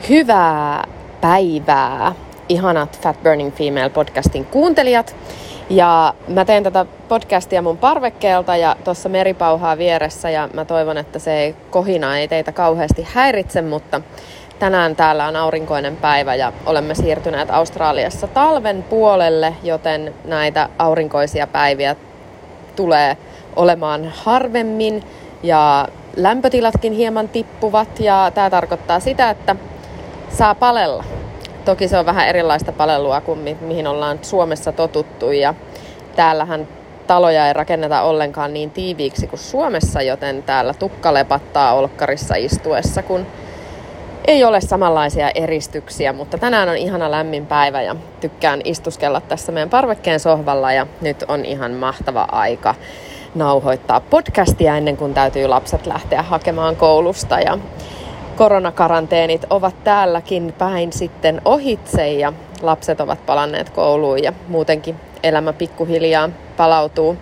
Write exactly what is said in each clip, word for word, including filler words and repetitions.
Hyvää päivää, ihanat Fat Burning Female podcastin kuuntelijat. Ja mä teen tätä podcastia mun parvekkeelta ja tuossa meri pauhaa vieressä ja mä toivon, että se ei kohina ei teitä kauheasti häiritse, mutta tänään täällä on aurinkoinen päivä ja olemme siirtyneet Australiassa talven puolelle, joten näitä aurinkoisia päiviä tulee olemaan harvemmin ja lämpötilatkin hieman tippuvat ja tämä tarkoittaa sitä, että saa palella. Toki se on vähän erilaista palelua kuin mi- mihin ollaan Suomessa totuttu ja täällähän taloja ei rakenneta ollenkaan niin tiiviiksi kuin Suomessa, joten täällä tukka lepattaa olkkarissa istuessa, kun ei ole samanlaisia eristyksiä, mutta tänään on ihana lämmin päivä ja tykkään istuskella tässä meidän parvekkeen sohvalla ja nyt on ihan mahtava aika nauhoittaa podcastia ennen kuin täytyy lapset lähteä hakemaan koulusta ja koronakaranteenit ovat täälläkin päin sitten ohitse ja lapset ovat palanneet kouluun ja muutenkin elämä pikkuhiljaa palautuu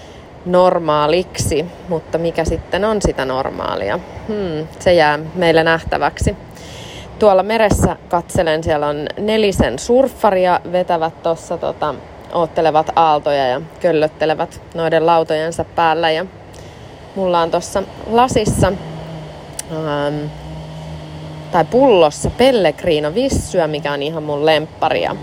normaaliksi, mutta mikä sitten on sitä normaalia? Hmm, se jää meille nähtäväksi. Tuolla meressä katselen, siellä on nelisen surffaria, vetävät tuossa tota, oottelevat aaltoja ja köllöttelevät noiden lautojensa päällä ja mulla on tuossa lasissa ähm, tai pullossa Pellegrino Vissyä, mikä on ihan mun lemppari ja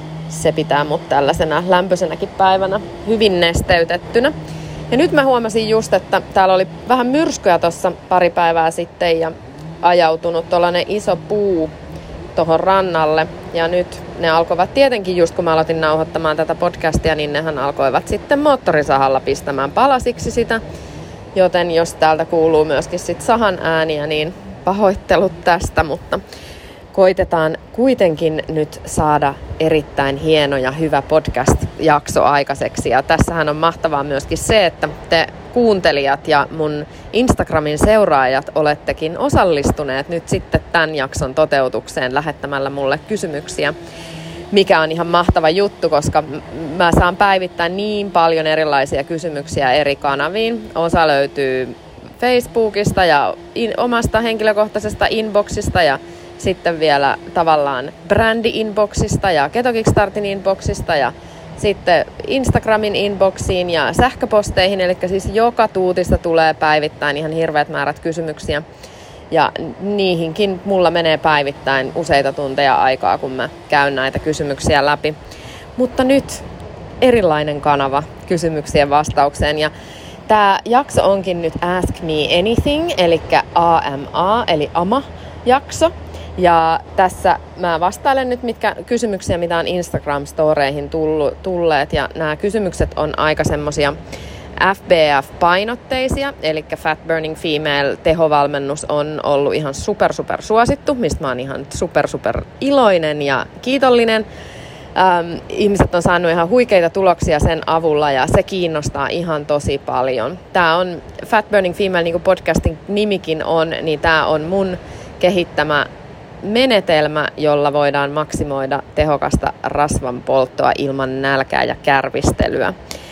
se pitää mut tällaisena lämpöisenäkin päivänä hyvin nesteytettynä. Ja nyt mä huomasin just, että täällä oli vähän myrskyä tuossa pari päivää sitten ja ajautunut tollanen iso puu tuohon rannalle. Ja nyt ne alkoivat tietenkin, just kun mä aloitin nauhoittamaan tätä podcastia, niin nehän alkoivat sitten moottorisahalla pistämään palasiksi sitä. Joten jos täältä kuuluu myöskin sit sahan ääniä, niin pahoittelut tästä, mutta koitetaan kuitenkin nyt saada erittäin hieno ja hyvä podcast-jakso aikaiseksi. Ja tässähän on mahtavaa myöskin se, että te kuuntelijat ja mun Instagramin seuraajat olettekin osallistuneet nyt sitten tämän jakson toteutukseen lähettämällä mulle kysymyksiä, mikä on ihan mahtava juttu, koska mä saan päivittäin niin paljon erilaisia kysymyksiä eri kanaviin. Osa löytyy Facebookista ja in, omasta henkilökohtaisesta inboxista ja sitten vielä tavallaan brändi-inboxista ja Keto Kickstartin inboxista ja sitten Instagramin inboxiin ja sähköposteihin, eli siis joka tuutista tulee päivittäin ihan hirveät määrät kysymyksiä. Ja niihinkin mulla menee päivittäin useita tunteja aikaa, kun mä käyn näitä kysymyksiä läpi. Mutta nyt erilainen kanava kysymyksien vastaukseen ja tämä jakso onkin nyt Ask Me Anything, eli A M A, eli A M A-jakso. Ja tässä mä vastailen nyt mitkä kysymyksiä, mitä on Instagram-storeihin tulleet. Ja nämä kysymykset on aika semmosia F B F-painotteisia, eli Fat Burning Female tehovalmennus on ollut ihan super super suosittu, mistä mä oon ihan super super iloinen ja kiitollinen. Ähm, ihmiset on saanut ihan huikeita tuloksia sen avulla ja se kiinnostaa ihan tosi paljon. Tää on Fat Burning Female, niin kuin podcastin nimikin on, niin tää on mun kehittämä menetelmä, jolla voidaan maksimoida tehokasta rasvan polttoa ilman nälkää ja kärvistelyä.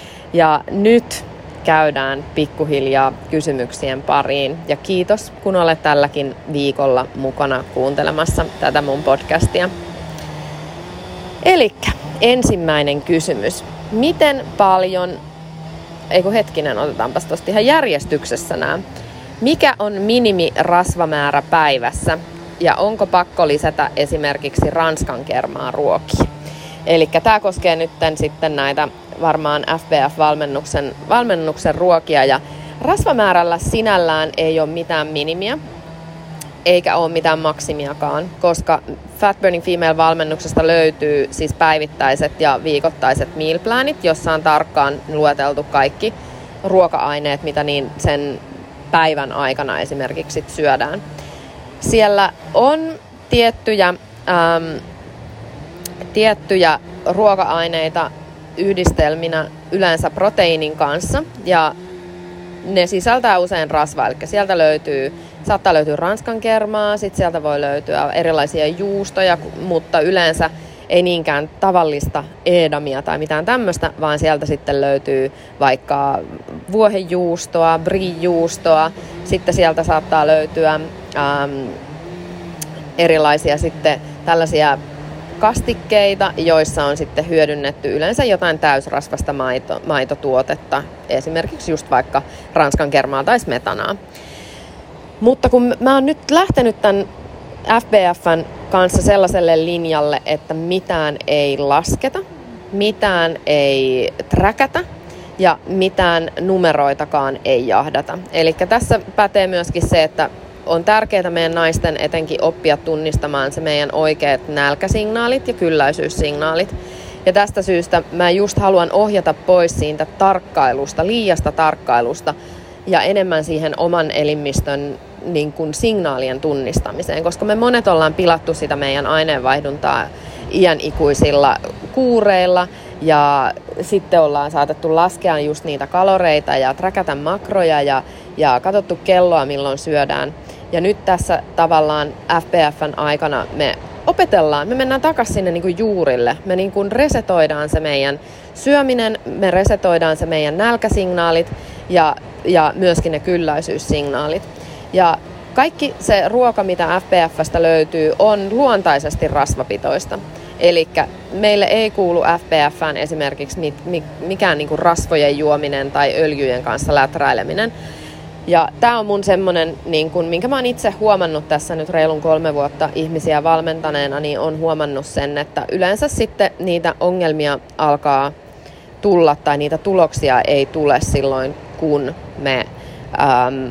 Ja nyt käydään pikkuhiljaa kysymyksien pariin. Ja kiitos, kun olet tälläkin viikolla mukana kuuntelemassa tätä mun podcastia. Elikkä ensimmäinen kysymys. Miten paljon, eiku hetkinen, otetaanpas tosta ihan järjestyksessä nämä. Mikä on minimirasvamäärä päivässä? Ja onko pakko lisätä esimerkiksi ranskan kermaa ruokia? Eli tämä koskee nyt sitten näitä varmaan F B F-valmennuksen valmennuksen ruokia. Ja rasvamäärällä sinällään ei ole mitään minimiä, eikä ole mitään maksimiakaan, koska Fat Burning Female-valmennuksesta löytyy siis päivittäiset ja viikoittaiset meal planit, jossa on tarkkaan lueteltu kaikki ruoka-aineet, mitä niin sen päivän aikana esimerkiksi syödään. Siellä on tiettyjä, äm, tiettyjä ruoka-aineita yhdistelminä yleensä proteiinin kanssa ja ne sisältää usein rasvaa, eli sieltä löytyy, saattaa löytyä ranskan kermaa, sitten sieltä voi löytyä erilaisia juustoja, mutta yleensä ei niinkään tavallista edamia tai mitään tämmöistä, vaan sieltä sitten löytyy vaikka vuohenjuustoa, brie-juustoa, sitten sieltä saattaa löytyä ähm, erilaisia sitten tällaisia kastikkeita, joissa on sitten hyödynnetty yleensä jotain täysrasvasta maito, maitotuotetta, esimerkiksi just vaikka ranskan kermaa tai smetanaa. Mutta kun mä oon nyt lähtenyt tämän F B F:n kanssa sellaiselle linjalle, että mitään ei lasketa, mitään ei träkätä ja mitään numeroitakaan ei jahdata. Eli tässä pätee myöskin se, että on tärkeää meidän naisten etenkin oppia tunnistamaan se meidän oikeat nälkäsignaalit ja kylläisyyssignaalit. Ja tästä syystä mä just haluan ohjata pois siitä tarkkailusta, liiasta tarkkailusta ja enemmän siihen oman elimistön niin kuin signaalien tunnistamiseen, koska me monet ollaan pilattu sitä meidän aineenvaihduntaa iän ikuisilla kuureilla ja sitten ollaan saatettu laskea just niitä kaloreita ja träkätä makroja ja, ja katsottu kelloa milloin syödään. Ja nyt tässä tavallaan F B F:n aikana me opetellaan, me mennään takaisin sinne niin kuin juurille. Me niin kuin resetoidaan se meidän syöminen, me resetoidaan se meidän nälkäsignaalit ja, ja myöskin ne kylläisyyssignaalit. Ja kaikki se ruoka, mitä F B F:stä löytyy, on luontaisesti rasvapitoista. Eli meille ei kuulu F B F:ään esimerkiksi mikään niin kuin rasvojen juominen tai öljyjen kanssa läträileminen. Ja tämä on mun semmoinen, niin kun, minkä mä oon itse huomannut tässä nyt reilun kolme vuotta ihmisiä valmentaneena, niin on huomannut sen, että yleensä sitten niitä ongelmia alkaa tulla tai niitä tuloksia ei tule silloin, kun me, äm,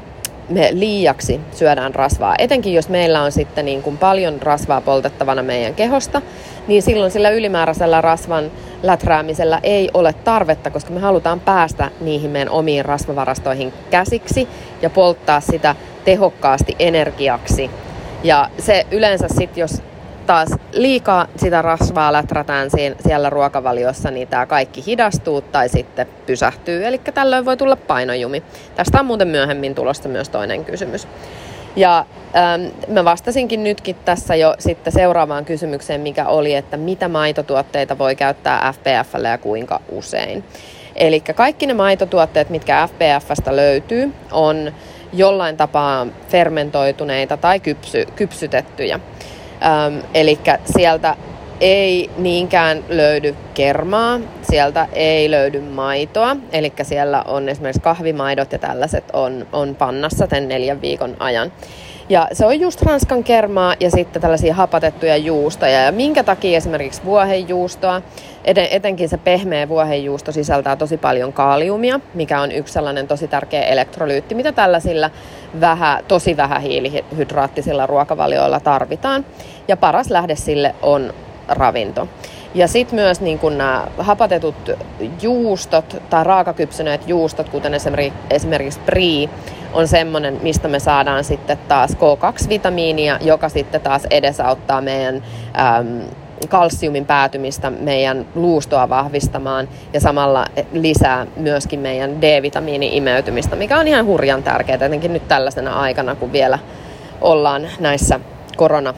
me liiaksi syödään rasvaa. Etenkin jos meillä on sitten niin kun paljon rasvaa poltettavana meidän kehosta, niin silloin sillä ylimääräisellä rasvan läträämisellä ei ole tarvetta, koska me halutaan päästä niihin meidän omiin rasvavarastoihin käsiksi ja polttaa sitä tehokkaasti energiaksi. Ja se yleensä sitten, jos taas liikaa sitä rasvaa läträtään siellä ruokavaliossa, niin tämä kaikki hidastuu tai sitten pysähtyy. Eli tällöin voi tulla painojumi. Tästä on muuten myöhemmin tulossa myös toinen kysymys. Ja ähm, mä vastasinkin nytkin tässä jo sitten seuraavaan kysymykseen, mikä oli, että mitä maitotuotteita voi käyttää F B F:lle ja kuinka usein. Eli kaikki ne maitotuotteet, mitkä F B F:stä löytyy, on jollain tapaa fermentoituneita tai kypsy, kypsytettyjä. Ähm, eli sieltä ei niinkään löydy kermaa, sieltä ei löydy maitoa, eli siellä on esimerkiksi kahvimaidot ja tällaiset on, on pannassa tämän neljän viikon ajan. Ja se on just ranskan kermaa ja sitten tällaisia hapatettuja juustoja. Ja minkä takia esimerkiksi vuohenjuustoa, etenkin se pehmeä vuohenjuusto sisältää tosi paljon kaaliumia, mikä on yksi sellainen tosi tärkeä elektrolyytti, mitä tällaisilla vähän, tosi vähän hiilihydraattisilla ruokavalioilla tarvitaan. Ja paras lähde sille on ravinto. Ja sitten myös niin kun nämä hapatetut juustot tai raakakypsyneet juustot, kuten esimerkiksi brie, on semmoinen, mistä me saadaan sitten taas K kaksi vitamiinia, joka sitten taas edesauttaa meidän äm, kalsiumin päätymistä meidän luustoa vahvistamaan ja samalla lisää myöskin meidän D-vitamiinin imeytymistä, mikä on ihan hurjan tärkeää, etenkin nyt tällaisena aikana, kun vielä ollaan näissä korona,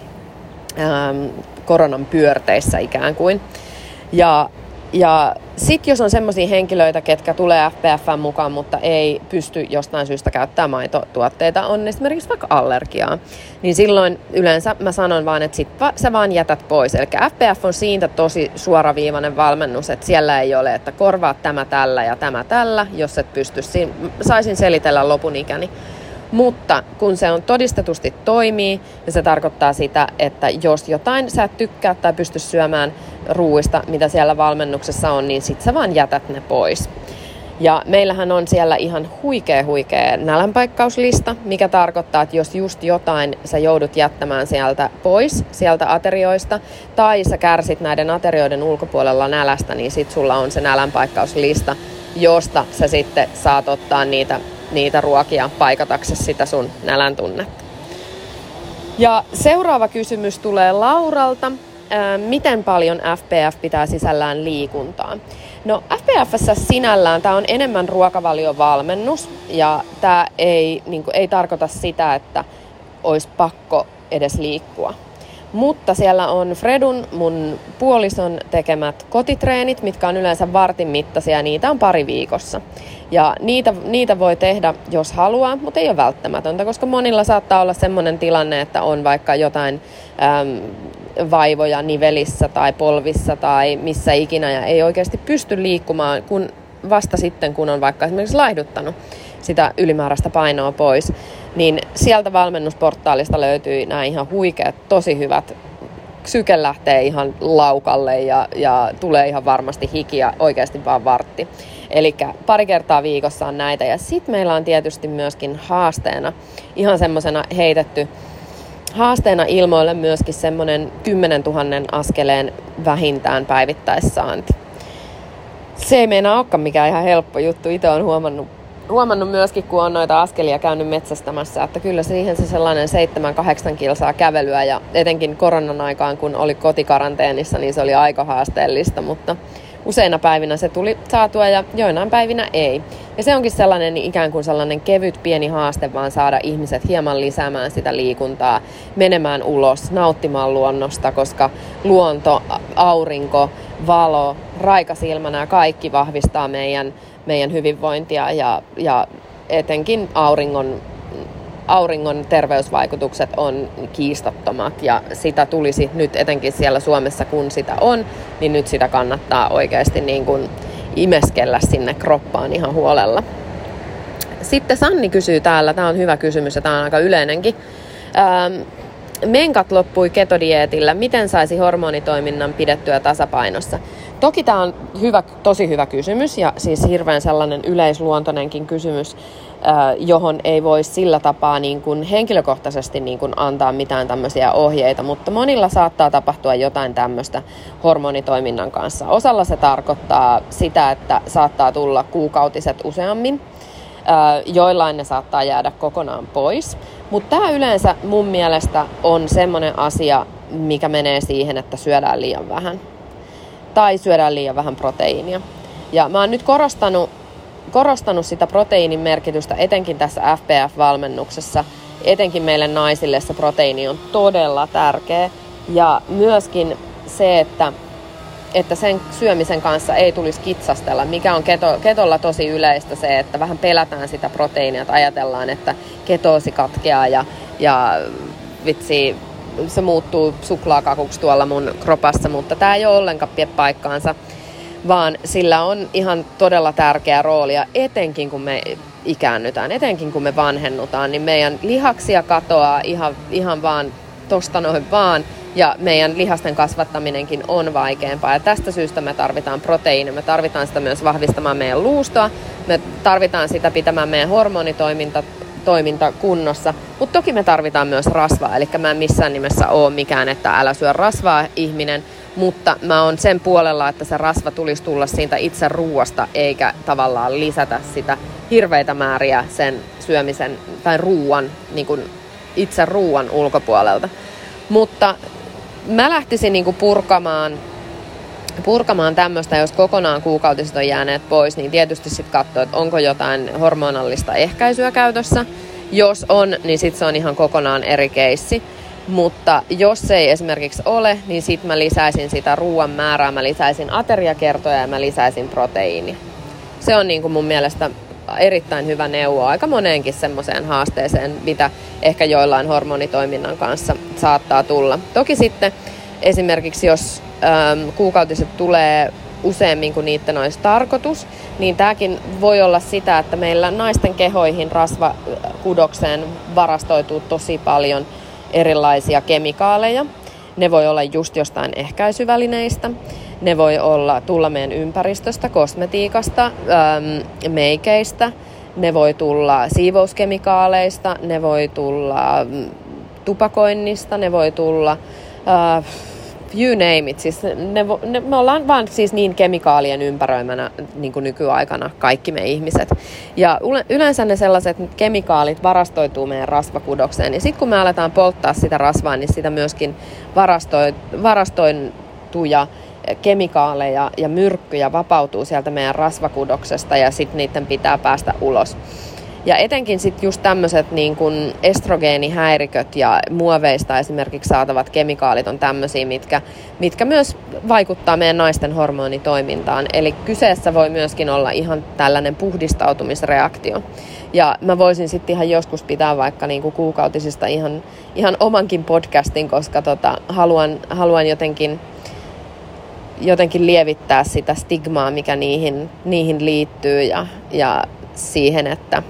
äm, koronan pyörteissä ikään kuin. Ja, ja sitten jos on semmoisia henkilöitä, ketkä tulee F B F:n mukaan, mutta ei pysty jostain syystä käyttämään maitotuotteita, on esimerkiksi vaikka allergiaa, niin silloin yleensä mä sanon vaan, että sit va, sä vaan jätät pois. Eli F B F on siitä tosi suoraviivainen valmennus, että siellä ei ole, että korvaat tämä tällä ja tämä tällä, jos et pysty. Siin, saisin selitellä lopun ikäni. Mutta kun se on todistetusti toimii, ja se tarkoittaa sitä, että jos jotain sä et tykkää tai pysty syömään ruuista, mitä siellä valmennuksessa on, niin sit sä vaan jätät ne pois. Ja meillähän on siellä ihan huikea huikea nälänpaikkauslista, mikä tarkoittaa, että jos just jotain sä joudut jättämään sieltä pois, sieltä aterioista, tai sä kärsit näiden aterioiden ulkopuolella nälästä, niin sit sulla on se nälänpaikkauslista, josta sä sitten saat ottaa niitä niitä ruokia paikataksesi sitä sun nälän tunnetta. Ja seuraava kysymys tulee Lauralta. Ää, miten paljon F B F pitää sisällään liikuntaa? No F B F:ssä sinällään tämä on enemmän ruokavaliovalmennus ja tämä ei, niin kuin, ei tarkoita sitä, että olisi pakko edes liikkua. Mutta siellä on Fredun, mun puolison, tekemät kotitreenit, mitkä on yleensä vartin mittaisia, ja niitä on pari viikossa. Ja niitä, niitä voi tehdä, jos haluaa, mutta ei ole välttämätöntä, koska monilla saattaa olla semmoinen tilanne, että on vaikka jotain äm, vaivoja nivelissä tai polvissa tai missä ikinä, ja ei oikeasti pysty liikkumaan kun vasta sitten, kun on vaikka esimerkiksi laihduttanut sitä ylimääräistä painoa pois. Niin sieltä valmennusportaalista löytyy nämä ihan huikeat, tosi hyvät. Syke lähtee ihan laukalle ja, ja tulee ihan varmasti hikiä oikeasti vaan vartti. Eli pari kertaa viikossa on näitä. Ja sitten meillä on tietysti myöskin haasteena, ihan semmoisena heitetty haasteena ilmoille myöskin semmoinen kymmenen tuhannen askeleen vähintään päivittäissaanti. Se ei meinaa olekaan mikään ihan helppo juttu. Itse olen huomannut, huomannut myöskin, kun on noita askelia käynyt metsästämässä, että kyllä siihen se sellainen seitsemän kahdeksan kilsaa kävelyä, ja etenkin koronan aikaan, kun oli kotikaranteenissa, niin se oli aika haasteellista, mutta useina päivinä se tuli saatua ja joinain päivinä ei. Ja se onkin sellainen ikään kuin sellainen kevyt pieni haaste vaan saada ihmiset hieman lisäämään sitä liikuntaa, menemään ulos, nauttimaan luonnosta, koska luonto, aurinko, valo, raikasilmä, nämä kaikki vahvistaa meidän, meidän hyvinvointia ja, ja etenkin auringon, auringon terveysvaikutukset on kiistattomat ja sitä tulisi nyt etenkin siellä Suomessa, kun sitä on, niin nyt sitä kannattaa oikeasti niin kuin imeskellä sinne kroppaan ihan huolella. Sitten Sanni kysyy täällä, tämä on hyvä kysymys ja tämä on aika yleinenkin. Ähm, menkat loppui ketodieetillä, miten saisi hormonitoiminnan pidettyä tasapainossa? Toki tämä on hyvä, tosi hyvä kysymys ja siis hirveän sellainen yleisluontoinenkin kysymys, johon ei voi sillä tapaa niin kuin henkilökohtaisesti niin kuin antaa mitään tämmöisiä ohjeita, mutta monilla saattaa tapahtua jotain tämmöistä hormonitoiminnan kanssa. Osalla se tarkoittaa sitä, että saattaa tulla kuukautiset useammin, joillain ne saattaa jäädä kokonaan pois, mutta tämä yleensä mun mielestä on semmoinen asia, mikä menee siihen, että syödään liian vähän tai syödään liian vähän proteiinia. Ja mä oon nyt korostanut korostanut sitä proteiinin merkitystä etenkin tässä F P F-valmennuksessa. Etenkin meille naisille se proteiini on todella tärkeä. Ja myöskin se, että, että sen syömisen kanssa ei tulisi kitsastella, mikä on keto, ketolla tosi yleistä se, että vähän pelätään sitä proteiinia, että ajatellaan, että ketoosi katkeaa ja, ja vitsi, se muuttuu suklaakakuksi tuolla mun kropassa, mutta tämä ei ole ollenkaan pie paikkaansa, vaan sillä on ihan todella tärkeä rooli, ja etenkin kun me ikäännytään, etenkin kun me vanhennutaan, niin meidän lihaksia katoaa ihan, ihan vaan tosta noin vaan, ja meidän lihasten kasvattaminenkin on vaikeampaa, ja tästä syystä me tarvitaan proteiinia, me tarvitaan sitä myös vahvistamaan meidän luustoa, me tarvitaan sitä pitämään meidän hormonitoiminta toiminta kunnossa, mutta toki me tarvitaan myös rasvaa, eli mä en missään nimessä ole mikään, että älä syö rasvaa ihminen, mutta mä oon sen puolella, että se rasva tulisi tulla siitä itse ruuasta, eikä tavallaan lisätä sitä hirveitä määriä sen syömisen tai ruuan, niin kuin itse ruuan ulkopuolelta. Mutta mä lähtisin niin kuin purkamaan, purkamaan tämmöistä, jos kokonaan kuukautiset on jääneet pois, niin tietysti sitten katsoa, että onko jotain hormonallista ehkäisyä käytössä. Jos on, niin sitten se on ihan kokonaan eri keissi. Mutta jos se ei esimerkiksi ole, niin sitten mä lisäisin sitä ruoan määrää, mä lisäisin ateriakertoja ja mä lisäisin proteiinia. Se on niin kuin mun mielestä erittäin hyvä neuvo aika moneenkin semmoiseen haasteeseen, mitä ehkä joillain hormonitoiminnan kanssa saattaa tulla. Toki sitten esimerkiksi jos äm, kuukautiset tulee useammin kuin niiden olisi tarkoitus, niin tämäkin voi olla sitä, että meillä naisten kehoihin rasvakudokseen varastoituu tosi paljon erilaisia kemikaaleja. Ne voi olla just jostain ehkäisyvälineistä, ne voi olla tulla meidän ympäristöstä, kosmetiikasta, äm, meikeistä, ne voi tulla siivouskemikaaleista, ne voi tulla mm, tupakoinnista, ne voi tulla äh, you name it. Siis ne, ne, me ollaan vaan siis niin kemikaalien ympäröimänä niin kuin nykyaikana kaikki me ihmiset. Ja yleensä ne sellaiset kemikaalit varastoituu meidän rasvakudokseen. Ja sitten kun me aletaan polttaa sitä rasvaa, niin sitä myöskin varastoi, varastoituja kemikaaleja ja myrkkyjä vapautuu sieltä meidän rasvakudoksesta ja sitten niiden pitää päästä ulos. Ja etenkin sitten just tämmöiset niin kuin estrogeenihäiriköt ja muoveista esimerkiksi saatavat kemikaalit on tämmöisiä, mitkä, mitkä myös vaikuttaa meidän naisten hormonitoimintaan. Eli kyseessä voi myöskin olla ihan tällainen puhdistautumisreaktio. Ja mä voisin sitten ihan joskus pitää vaikka niin kuin kuukautisista ihan, ihan omankin podcastin, koska tota, haluan, haluan jotenkin, jotenkin lievittää sitä stigmaa, mikä niihin, niihin liittyy ja, ja siihen, että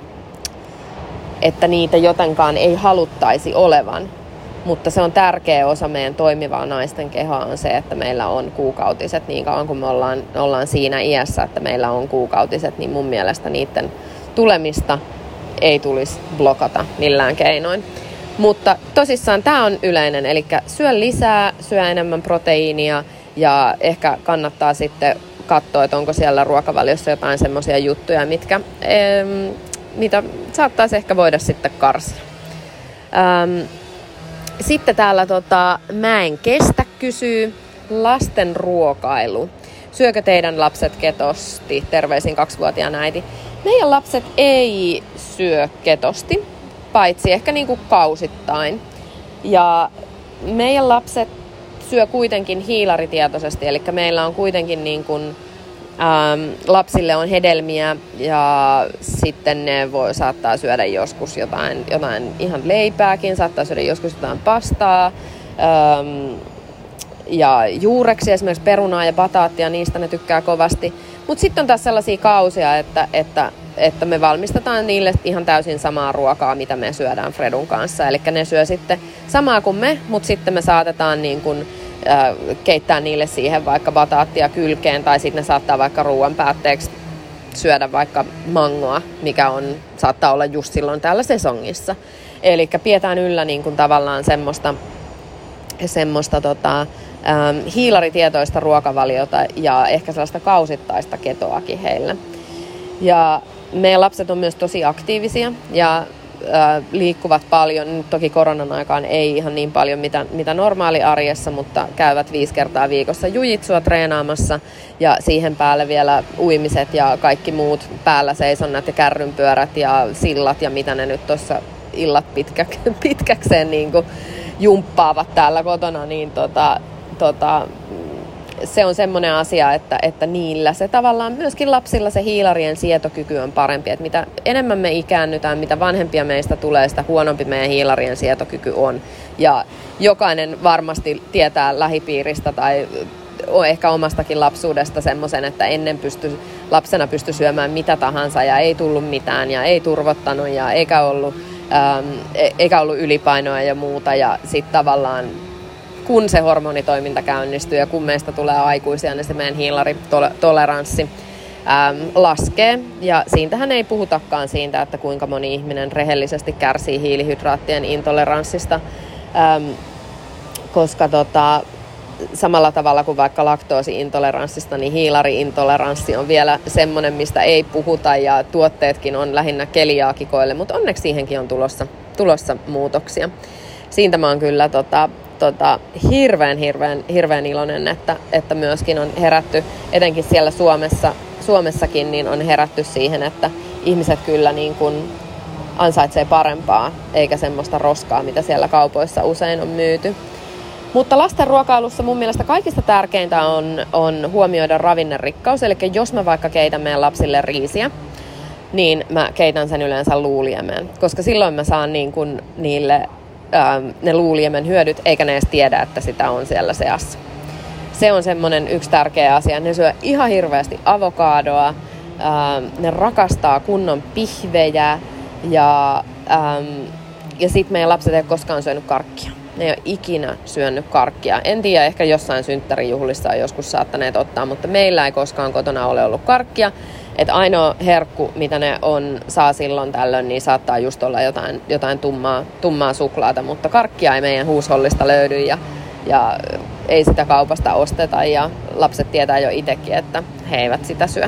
että niitä jotenkaan ei haluttaisi olevan. Mutta se on tärkeä osa meidän toimivaa naisten kehoa on se, että meillä on kuukautiset niin kauan kuin me ollaan, ollaan siinä iässä, että meillä on kuukautiset, niin mun mielestä niiden tulemista ei tulisi blokata millään keinoin. Mutta tosissaan tämä on yleinen, eli syö lisää, syö enemmän proteiinia ja ehkä kannattaa sitten katsoa, että onko siellä ruokavaliossa jotain semmoisia juttuja, mitkä... Ee, mitä saattaisi ehkä voida sitten karsia. Ähm, sitten täällä tota, mä en kestä kysyy lasten ruokailu. Syökö teidän lapset ketosti? Terveisin kaksivuotiaan äiti. Meidän lapset ei syö ketosti, paitsi ehkä niinku kausittain. Ja meidän lapset syö kuitenkin hiilaritietoisesti, eli meillä on kuitenkin niin kuin Ähm, lapsille on hedelmiä ja sitten ne voi, saattaa syödä joskus jotain, jotain ihan leipääkin, saattaa syödä joskus jotain pastaa ähm, ja juureksi esimerkiksi perunaa ja bataattia, niistä ne tykkää kovasti. Mutta sitten on taas sellaisia kausia, että, että, että me valmistetaan niille ihan täysin samaa ruokaa, mitä me syödään Fredun kanssa. Eli ne syö sitten samaa kuin me, mutta sitten me saatetaan niin kuin keittää niille siihen vaikka bataattia kylkeen tai sitten ne saattaa vaikka ruoan päätteeksi syödä vaikka mangoa, mikä on, saattaa olla just silloin täällä sesongissa. Eli pidetään yllä niin kuin tavallaan semmoista, semmoista tota, ähm, hiilaritietoista ruokavaliota ja ehkä sellaista kausittaista ketoakin heille. Ja meidän lapset on myös tosi aktiivisia ja liikkuvat paljon. Toki koronan aikaan ei ihan niin paljon mitä, mitä normaali arjessa, mutta käyvät viisi kertaa viikossa jujitsua treenaamassa ja siihen päälle vielä uimiset ja kaikki muut päällä seisonnat ja kärrynpyörät ja sillat ja mitä ne nyt tuossa illat pitkä, pitkäkseen niin kuin jumppaavat täällä kotona, niin tota, tota, se on semmoinen asia, että, että niillä se tavallaan myöskin lapsilla se hiilarien sietokyky on parempi. Että mitä enemmän me ikäännytään, mitä vanhempia meistä tulee, sitä huonompi meidän hiilarien sietokyky on. Ja jokainen varmasti tietää lähipiiristä tai on ehkä omastakin lapsuudesta semmoisen, että ennen pysty, lapsena pystyi syömään mitä tahansa ja ei tullut mitään ja ei turvottanut ja eikä ollut, ähm, eikä ollut ylipainoa ja muuta. Ja sitten tavallaan kun se hormonitoiminta käynnistyy ja kun meistä tulee aikuisia, niin se meidän hiilaritoleranssi äm, laskee. Ja siitähän ei puhutakaan siitä, että kuinka moni ihminen rehellisesti kärsii hiilihydraattien intoleranssista, äm, koska tota, samalla tavalla kuin vaikka laktoosi-intoleranssista, niin hiilari-intoleranssi on vielä semmoinen, mistä ei puhuta ja tuotteetkin on lähinnä keliaakikoille, mutta onneksi siihenkin on tulossa, tulossa muutoksia. Siitä mä oon kyllä tota, tota, hirveän, hirveän, hirveän iloinen, että, että myöskin on herätty, etenkin siellä Suomessa, Suomessakin, niin on herätty siihen, että ihmiset kyllä niin kuin ansaitsee parempaa, eikä semmoista roskaa, mitä siellä kaupoissa usein on myyty. Mutta lasten ruokailussa mun mielestä kaikista tärkeintä on, on huomioida ravinnerikkaus. Eli jos mä vaikka keitän meidän lapsille riisiä, niin mä keitän sen yleensä luuliemeen. Koska silloin mä saan niin kuin niille ää, ne luuliemen hyödyt, eikä ne edes tiedä, että sitä on siellä seassa. Se on semmoinen yksi tärkeä asia. Ne syö ihan hirveästi avokadoa, ää, ne rakastaa kunnon pihvejä ja, ää, ja sit meidän lapset ei ole koskaan syönyt karkkia. Ne ei ole ikinä syönyt karkkia. En tiedä, ehkä jossain synttärijuhlissa on joskus saattaneet ottaa, mutta meillä ei koskaan kotona ole ollut karkkia. Että ainoa herkku, mitä ne on, saa silloin tällöin, niin saattaa just olla jotain, jotain tummaa, tummaa suklaata, mutta karkkia ei meidän huushollista löydy ja, ja ei sitä kaupasta osteta ja lapset tietää jo itsekin, että he eivät sitä syö.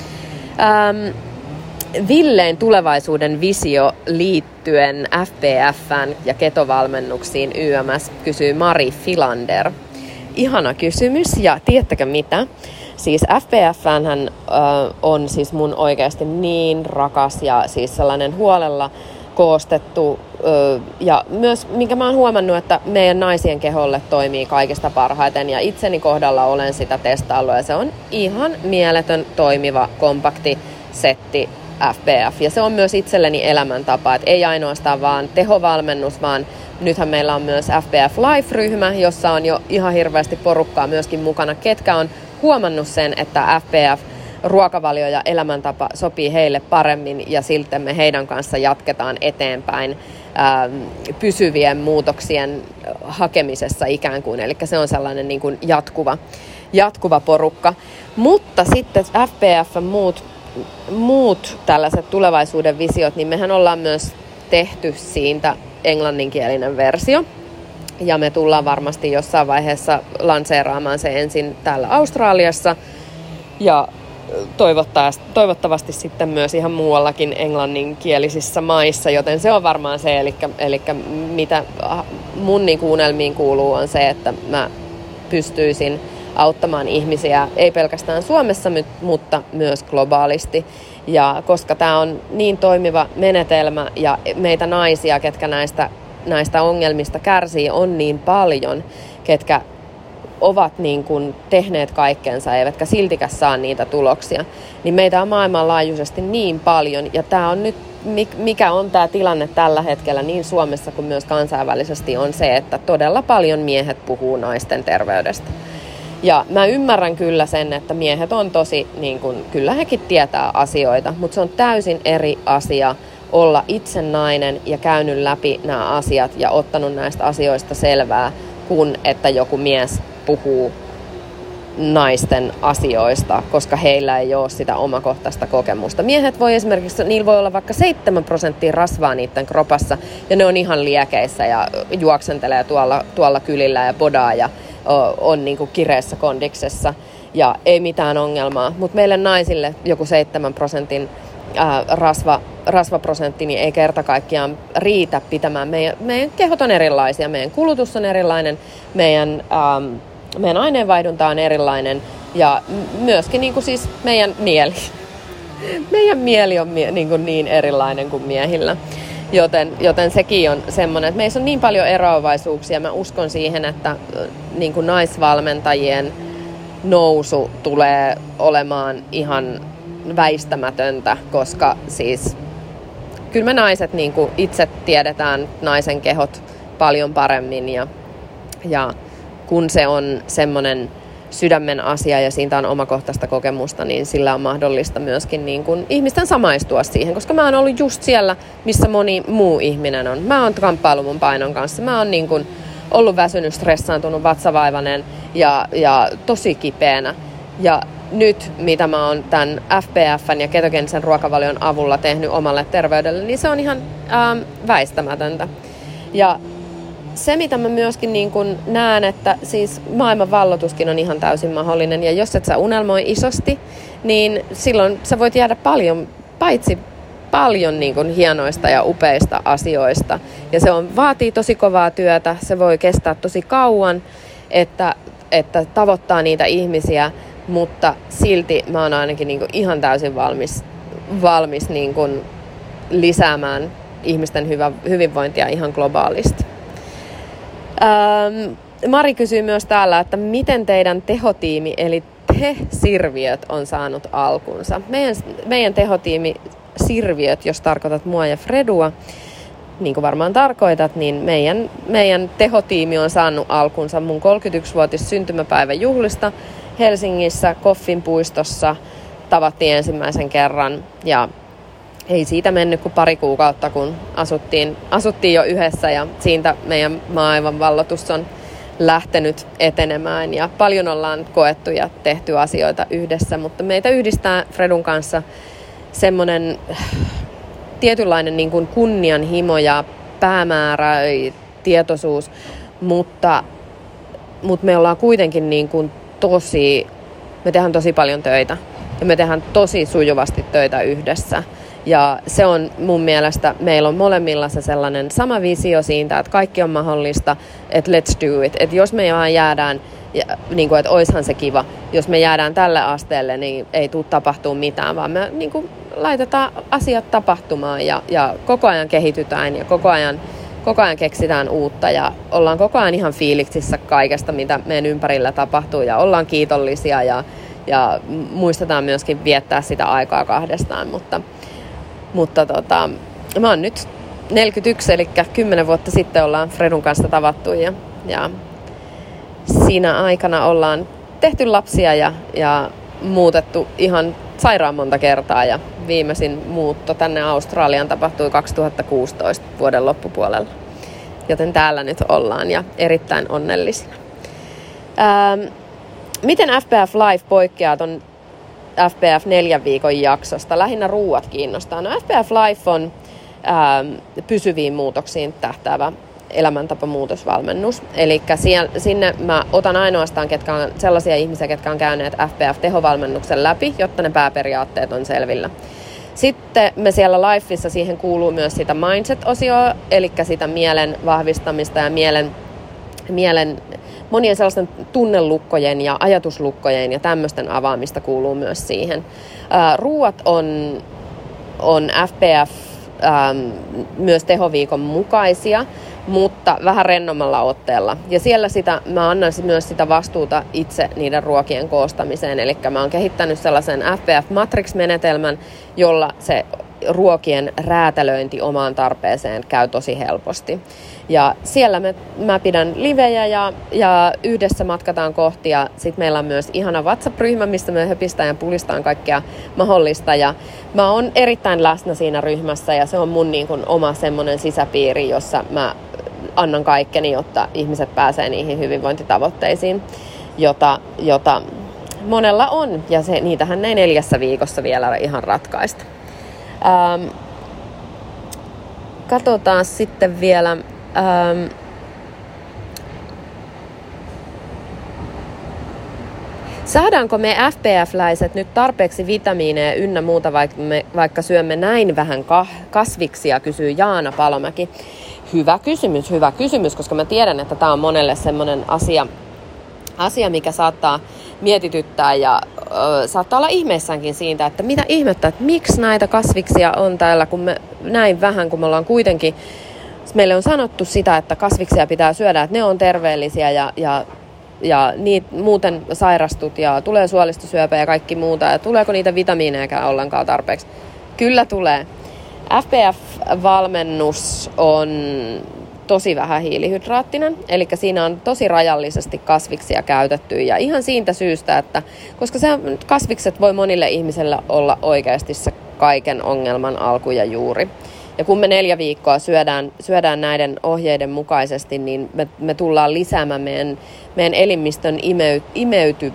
Ähm, Villeen tulevaisuuden visio liittyen F P F:ään ja ketovalmennuksiin Y M S kysyy Mari Filander. Ihana kysymys ja tiedättekö mitä? Siis F P F:nhän äh, on siis mun oikeasti niin rakas ja siis sellainen huolella koostettu ö, ja myös minkä mä oon huomannut, että meidän naisien keholle toimii kaikista parhaiten ja itseni kohdalla olen sitä testaillut ja se on ihan mieletön toimiva kompakti setti F P F ja se on myös itselleni elämäntapa, että ei ainoastaan vaan tehovalmennus, vaan nythän meillä on myös F P F Life-ryhmä, jossa on jo ihan hirveästi porukkaa myöskin mukana, ketkä on huomannut sen, että F P F ruokavalio ja elämäntapa sopii heille paremmin ja silti me heidän kanssa jatketaan eteenpäin ää, pysyvien muutoksien hakemisessa ikään kuin. Eli se on sellainen niin kuin jatkuva, jatkuva porukka. Mutta sitten F P F muut, muut tällaiset tulevaisuuden visiot, niin mehän ollaan myös tehty siitä englanninkielinen versio. Ja me tullaan varmasti jossain vaiheessa lanseeraamaan se ensin täällä Australiassa ja Toivottavasti, toivottavasti sitten myös ihan muuallakin englanninkielisissä maissa, joten se on varmaan se, eli, eli mitä mun niin unelmiin kuuluu on se, että mä pystyisin auttamaan ihmisiä, ei pelkästään Suomessa, mutta myös globaalisti. Ja koska tämä on niin toimiva menetelmä ja meitä naisia, ketkä näistä, näistä ongelmista kärsii, on niin paljon, ketkä ovat niin kuin tehneet kaikkensa, eivätkä siltikäs saa niitä tuloksia, niin meitä on maailmanlaajuisesti niin paljon, ja tämä on nyt, mikä on tämä tilanne tällä hetkellä niin Suomessa kuin myös kansainvälisesti, on se, että todella paljon miehet puhuu naisten terveydestä. Ja mä ymmärrän kyllä sen, että miehet on tosi, niin kuin, kyllä hekin tietää asioita, mutta se on täysin eri asia olla itse nainen ja käynyt läpi nämä asiat ja ottanut näistä asioista selvää, kuin että joku mies puhuu naisten asioista, koska heillä ei ole sitä omakohtaista kokemusta. Miehet voi esimerkiksi, niillä voi olla vaikka seitsemän prosenttia rasvaa niiden kropassa, ja ne on ihan liekeissä ja juoksentelee tuolla, tuolla kylillä ja bodaa ja o, on niin kuin kireessä kondiksessa, ja ei mitään ongelmaa. Mutta meille naisille joku seitsemän prosentin ää, rasva, rasvaprosentti niin ei kerta kaikkiaan riitä pitämään. Meidän, meidän kehot on erilaisia, meidän kulutus on erilainen, meidän ähm, Meidän aineenvaihdunta on erilainen ja myöskin niin kuin siis meidän mieli. Meidän mieli on mie- niin, kuin niin erilainen kuin miehillä. Joten, joten sekin on semmoinen, että meissä on niin paljon eroavaisuuksia. Mä uskon siihen, että niin kuin naisvalmentajien nousu tulee olemaan ihan väistämätöntä, koska siis kyllä me naiset niin kuin itse tiedetään naisen kehot paljon paremmin ja, ja kun se on semmoinen sydämen asia ja siitä on omakohtaista kokemusta, niin sillä on mahdollista myöskin niin kuin ihmisten samaistua siihen, koska mä oon ollut just siellä, missä moni muu ihminen on. Mä oon kamppailu mun painon kanssa. Mä oon niin kuin ollut väsynyt, stressaantunut, vatsavaivainen ja, ja tosi kipeänä. Ja nyt, mitä mä oon tämän F P F:n ja ketogeenisen ruokavalion avulla tehnyt omalle terveydelle, niin se on ihan ähm, väistämätöntä. Ja se, mitä mä myöskin niin kun näen, että siis maailman valloituskin on ihan täysin mahdollinen, ja jos et sä unelmoi isosti, niin silloin sä voit jäädä paljon, paitsi paljon niin kun hienoista ja upeista asioista. Ja se on, vaatii tosi kovaa työtä, se voi kestää tosi kauan, että, että tavoittaa niitä ihmisiä, mutta silti mä oon ainakin niin kun ihan täysin valmis, valmis niin kun lisäämään ihmisten hyvä, hyvinvointia ihan globaalisti. Ähm, Mari kysyy myös täällä, että miten teidän tehotiimi, eli te-sirviöt on saanut alkunsa. Meidän, meidän tehotiimi Sirviöt, jos tarkoitat mua ja Fredua, niin kuin varmaan tarkoitat, niin meidän, meidän tehotiimi on saanut alkunsa mun kolmekymmentäyksivuotis syntymäpäivän juhlista Helsingissä Koffin puistossa. Tavattiin ensimmäisen kerran ja ei siitä mennyt kuin pari kuukautta, kun asuttiin, asuttiin jo yhdessä ja siitä meidän maailman valloitus on lähtenyt etenemään ja paljon ollaan koettu ja tehty asioita yhdessä, mutta meitä yhdistää Fredun kanssa semmoinen tietynlainen niin kuin kunnianhimo ja päämäärä, tietoisuus, mutta, mutta me ollaan kuitenkin niin kuin tosi, me tehdään tosi paljon töitä ja me tehdään tosi sujuvasti töitä yhdessä. Ja se on mun mielestä, meillä on molemmilla se sellainen sama visio siitä, että kaikki on mahdollista, että let's do it. Että jos me vaan jäädään, ja, niin kuin, että oishan se kiva, jos me jäädään tälle asteelle, niin ei tule tapahtua mitään, vaan me niin kuin, laitetaan asiat tapahtumaan ja, ja koko ajan kehitytään ja koko ajan, koko ajan keksitään uutta ja ollaan koko ajan ihan fiiliksissä kaikesta, mitä meidän ympärillä tapahtuu ja ollaan kiitollisia ja, ja muistetaan myöskin viettää sitä aikaa kahdestaan, mutta Mutta tota, mä oon nyt neljäkymmentäyksi, eli kymmenen vuotta sitten ollaan Fredun kanssa tavattu ja, ja siinä aikana ollaan tehty lapsia ja, ja muutettu ihan sairaan monta kertaa ja viimeisin muutto tänne Australiaan tapahtui kaksituhattakuusitoista vuoden loppupuolella. Joten täällä nyt ollaan ja erittäin onnellisina. Ähm, miten F P F Life poikkeaa ton F P F neljän viikon jaksosta? Lähinnä ruuat kiinnostaa. No F P F Life on ähm, pysyviin muutoksiin tähtäävä elämäntapamuutosvalmennus. Eli sinne mä otan ainoastaan ketkä on sellaisia ihmisiä, ketkä on käyneet F P F-tehovalmennuksen läpi, jotta ne pääperiaatteet on selvillä. Sitten me siellä Lifeissa siihen kuuluu myös sitä mindset-osioa, eli sitä mielen vahvistamista ja mielen, mielen monien sellaisten tunnelukkojen ja ajatuslukkojen ja tämmöisten avaamista kuuluu myös siihen. Ää, ruuat on, on F P F äm, myös tehoviikon mukaisia, mutta vähän rennommalla otteella. Ja siellä sitä, mä annan myös sitä vastuuta itse niiden ruokien koostamiseen. Eli mä oon kehittänyt sellaisen F P F-matrix-menetelmän, jolla se ruokien räätälöinti omaan tarpeeseen käy tosi helposti. Ja siellä me, mä pidän livejä ja, ja yhdessä matkataan kohti. Ja sitten meillä on myös ihana WhatsApp-ryhmä, mistä me höpistään ja pulistaan kaikkea mahdollista. Ja mä oon erittäin läsnä siinä ryhmässä ja se on mun niin kuin oma semmoinen sisäpiiri, jossa mä annan kaikkeni, jotta ihmiset pääsee niihin hyvinvointitavoitteisiin, jota, jota monella on. Ja se, niitähän ei neljässä viikossa vielä ihan ratkaista. Ähm, katsotaan sitten vielä. Ähm, saadaanko me F P F-läiset nyt tarpeeksi vitamiineja ynnä muuta, vaikka, me, vaikka syömme näin vähän kasviksia, kysyy Jaana Palomäki. Hyvä kysymys, hyvä kysymys, koska mä tiedän, että tämä on monelle semmoinen asia, asia, mikä saattaa mietityttää ja ö, saattaa olla ihmeissäänkin siitä, että mitä ihmettä, että miksi näitä kasviksia on täällä, kun me näin vähän, kun me ollaan kuitenkin, meille on sanottu sitä, että kasviksia pitää syödä, että ne on terveellisiä ja, ja, ja niitä muuten sairastut ja tulee suolistosyöpä ja kaikki muuta, ja tuleeko niitä vitamiineja ollenkaan tarpeeksi? Kyllä tulee. F P F-valmennus on tosi vähän hiilihydraattinen, eli siinä on tosi rajallisesti kasviksia käytetty ja ihan siitä syystä, että koska se kasvikset voi monille ihmisille olla oikeasti se kaiken ongelman alku ja juuri. Ja kun me neljä viikkoa syödään, syödään näiden ohjeiden mukaisesti, niin me, me tullaan lisäämään meidän, meidän elimistön imeyt, imeyty,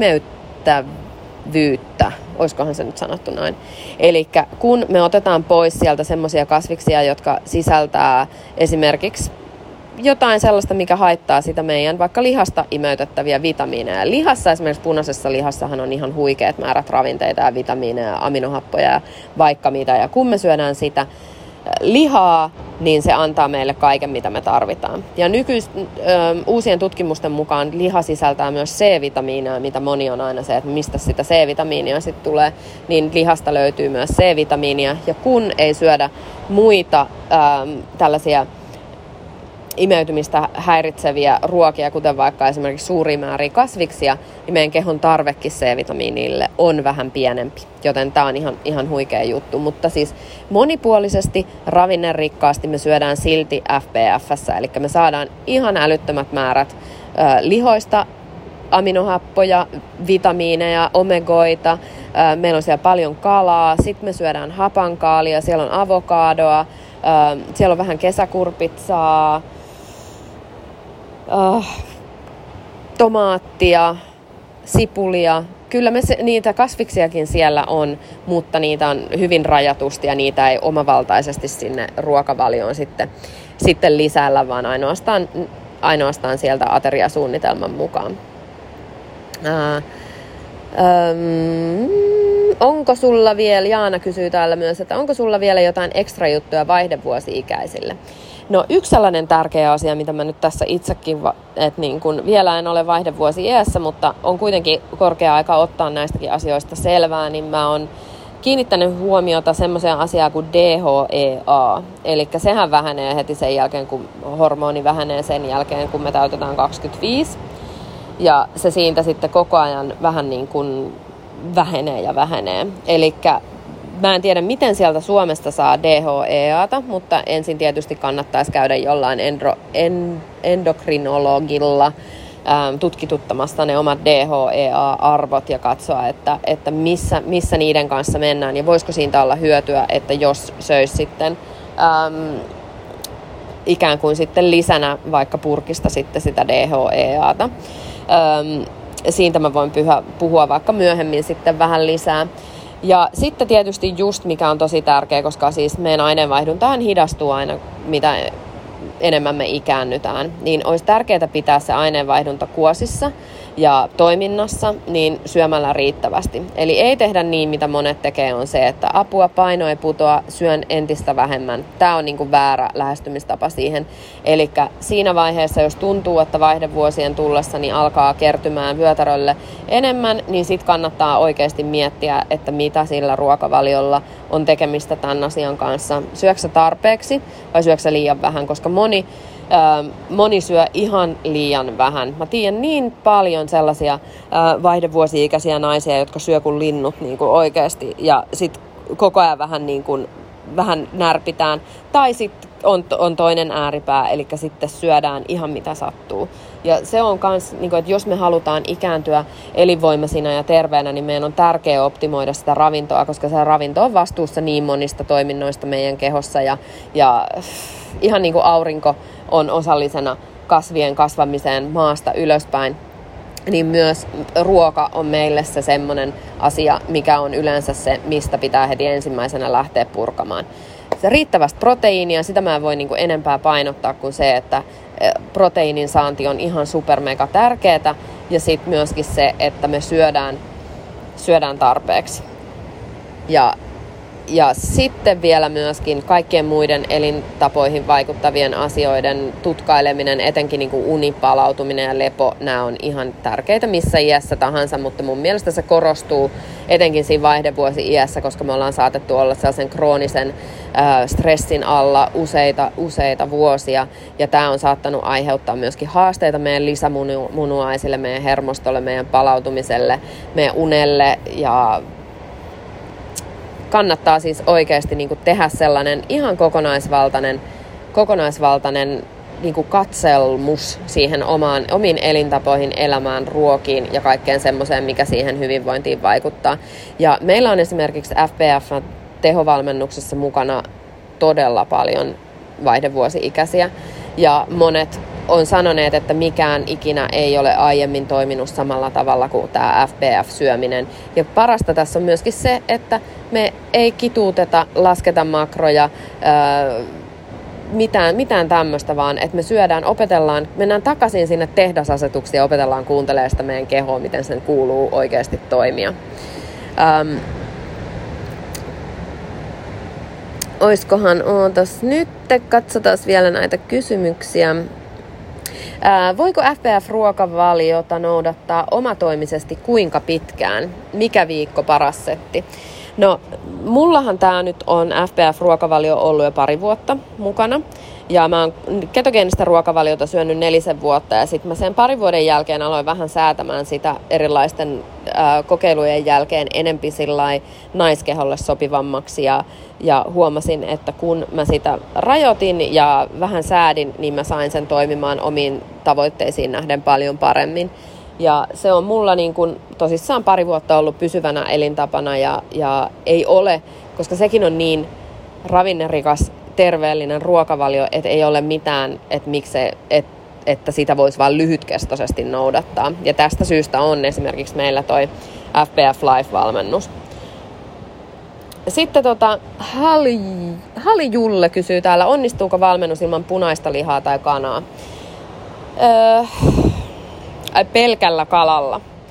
imeyttävyyttä. Oiskohan se nyt sanottu näin. Eli kun me otetaan pois sieltä semmoisia kasviksia, jotka sisältää esimerkiksi jotain sellaista, mikä haittaa sitä meidän vaikka lihasta imeytettäviä vitamiineja. Lihassa, esimerkiksi punaisessa lihassahan on ihan huikeat määrät ravinteita ja vitamiineja ja aminohappoja ja vaikka mitä. Ja kun me syödään sitä lihaa, niin se antaa meille kaiken, mitä me tarvitaan. Ja nykyis, ö, uusien tutkimusten mukaan liha sisältää myös C-vitamiinia, mitä moni on aina se, että mistä sitä C-vitamiinia sitten tulee, niin lihasta löytyy myös C-vitamiinia. Ja kun ei syödä muita ö, tällaisia imeytymistä häiritseviä ruokia, kuten vaikka esimerkiksi suuria määriä kasviksia, niin meidän kehon tarvekin C-vitamiinille on vähän pienempi. Joten tämä on ihan, ihan huikea juttu. Mutta siis monipuolisesti, ravinnerikkaasti me syödään silti F P F:ssä. Eli me saadaan ihan älyttömät määrät ö, lihoista, aminohappoja, vitamiineja, omegoita. Ö, meillä on siellä paljon kalaa. Sitten me syödään hapankaalia, siellä on avokadoa. Ö, siellä on vähän kesäkurpitsaa. Uh, tomaattia, sipulia. Kyllä me se, niitä kasviksiakin siellä on, mutta niitä on hyvin rajatusti ja niitä ei omavaltaisesti sinne ruokavalioon sitten, sitten lisällä, vaan ainoastaan, ainoastaan sieltä ateriasuunnitelman mukaan. Uh, um, onko sulla vielä, Jaana kysyy täällä myös, että onko sulla vielä jotain ekstra juttuja vaihdevuosi-ikäisille? No yksi sellainen tärkeä asia, mitä mä nyt tässä itsekin, että niin kun vielä en ole vaihdevuosi iässä, mutta on kuitenkin korkea aika ottaa näistäkin asioista selvää, niin mä oon kiinnittänyt huomiota semmoiseen asiaan kuin D H E A. Eli sehän vähenee heti sen jälkeen, kun hormoni vähenee sen jälkeen, kun me täytetään kaksikymmentäviisi. Ja se siitä sitten koko ajan vähän niin kuin vähenee ja vähenee. Eli mä en tiedä, miten sieltä Suomesta saa D H E A:ta, mutta ensin tietysti kannattaisi käydä jollain endro, en, endokrinologilla ää, tutkituttamassa ne omat D H E A-arvot ja katsoa, että, että missä, missä niiden kanssa mennään ja voisiko siitä olla hyötyä, että jos söisi sitten äm, ikään kuin sitten lisänä vaikka purkista sitten sitä D H E A:ta. Äm, siitä mä voin pyhä, puhua vaikka myöhemmin sitten vähän lisää. Ja sitten tietysti just mikä on tosi tärkeä, koska siis meidän aineenvaihduntahan hidastuu aina mitä enemmän me ikäännytään, niin olisi tärkeää pitää se aineenvaihdunta kuosissa ja toiminnassa niin syömällä riittävästi. Eli ei tehdä niin, mitä monet tekee, on se, että apua, paino ei putoa, syön entistä vähemmän. Tämä on niin kuin väärä lähestymistapa siihen. Eli siinä vaiheessa, jos tuntuu, että vaihdevuosien tullessa niin alkaa kertymään vyötärölle enemmän, niin sitten kannattaa oikeasti miettiä, että mitä sillä ruokavaliolla on tekemistä tämän asian kanssa. Syöksä tarpeeksi vai syöksä liian vähän, koska moni Moni syö ihan liian vähän. Mä tiedän niin paljon sellaisia vaihdevuosi-ikäisiä naisia, jotka syö kuin linnut niin kuin oikeasti. Ja sitten koko ajan vähän, niin kuin, vähän närpitään. Tai sitten on, on toinen ääripää, eli sitten syödään ihan mitä sattuu. Ja se on myös, niin että jos me halutaan ikääntyä elinvoimaisina ja terveenä, niin meidän on tärkeää optimoida sitä ravintoa, koska se ravinto on vastuussa niin monista toiminnoista meidän kehossa. Ja, ja ihan niin kuin aurinko on osallisena kasvien kasvamiseen maasta ylöspäin, niin myös ruoka on meille se semmoinen asia, mikä on yleensä se, mistä pitää heti ensimmäisenä lähteä purkamaan. Se riittävästi proteiinia, sitä mä en voi niin kuin enempää painottaa kuin se, että proteiinin saanti on ihan super mega tärkeää ja sitten myöskin se, että me syödään, syödään tarpeeksi. Ja Ja sitten vielä myöskin kaikkien muiden elintapoihin vaikuttavien asioiden tutkaileminen, etenkin niin kuin unipalautuminen ja lepo, nämä on ihan tärkeitä missä iässä tahansa, mutta mun mielestä se korostuu etenkin siinä vaihdevuosi-iässä, koska me ollaan saatettu olla sellaisen kroonisen äh, stressin alla useita, useita vuosia, ja tämä on saattanut aiheuttaa myöskin haasteita meidän lisämunuaisille, meidän hermostolle, meidän palautumiselle, meidän unelle, ja kannattaa siis oikeasti niin kuin tehdä sellainen ihan kokonaisvaltainen, kokonaisvaltainen niin kuin katselmus siihen omaan, omiin elintapoihin, elämään, ruokiin ja kaikkeen semmoiseen, mikä siihen hyvinvointiin vaikuttaa. Ja meillä on esimerkiksi F B F-tehovalmennuksessa mukana todella paljon vaihdevuosi-ikäisiä ja monet on sanoneet, että mikään ikinä ei ole aiemmin toiminut samalla tavalla kuin tämä F B F-syöminen. Ja parasta tässä on myöskin se, että me ei kituuteta, lasketa makroja, ää, mitään, mitään tämmöistä, vaan että me syödään, opetellaan, mennään takaisin sinne tehdasasetuksiin ja opetellaan kuuntelemaan sitä meidän kehoa, miten sen kuuluu oikeasti toimia. Ähm, oiskohan, ootas nyt, katsotaan vielä näitä kysymyksiä. Ää, voiko F B F-ruokavaliota noudattaa omatoimisesti kuinka pitkään? Mikä viikko paras setti? No, mullahan tää nyt on F B F-ruokavalio ollut jo pari vuotta mukana. Ja mä oon ketogeenistä ruokavaliota syönyt nelisen vuotta ja sitten mä sen parin vuoden jälkeen aloin vähän säätämään sitä erilaisten ää, kokeilujen jälkeen enempi sillai naiskeholle sopivammaksi ja, ja huomasin, että kun mä sitä rajoitin ja vähän säädin, niin mä sain sen toimimaan omiin tavoitteisiin nähden paljon paremmin. Ja se on mulla niin kun tosissaan pari vuotta ollut pysyvänä elintapana ja, ja ei ole, koska sekin on niin ravinnerikas terveellinen ruokavalio, että ei ole mitään, että miksi se, et, että sitä voisi vain lyhytkestoisesti noudattaa. Ja tästä syystä on esimerkiksi meillä toi F B F Life-valmennus. Sitten tota, Halli, Halli Julle kysyy täällä, onnistuuko valmennus ilman punaista lihaa tai kanaa? Öö, pelkällä kalalla.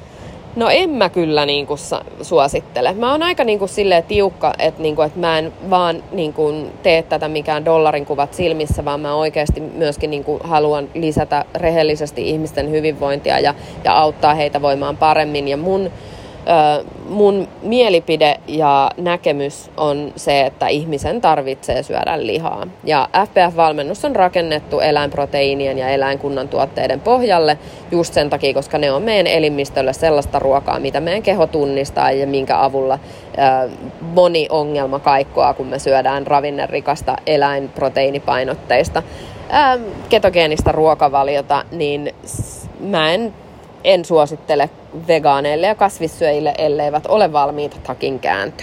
No en mä kyllä niinku suosittele. Mä oon aika niinku silleen tiukka, että niinku, et mä en vaan niinku tee tätä mikään dollarin kuvat silmissä, vaan mä oikeasti myöskin niinku haluan lisätä rehellisesti ihmisten hyvinvointia ja, ja auttaa heitä voimaan paremmin. Ja mun, ö, mun mielipide ja näkemys on se, että ihmisen tarvitsee syödä lihaa. Ja F P F-valmennus on rakennettu eläinproteiinien ja eläinkunnan tuotteiden pohjalle just sen takia, koska ne on meidän elimistölle sellaista ruokaa, mitä meidän keho tunnistaa ja minkä avulla ö, moni ongelma kaikkoa, kun me syödään ravinnerikasta eläinproteiinipainotteista ö, ketogeenistä ruokavaliota, niin mä en En suosittele vegaaneille ja kasvissyöjille, elleivät ole valmiita takin kääntöön.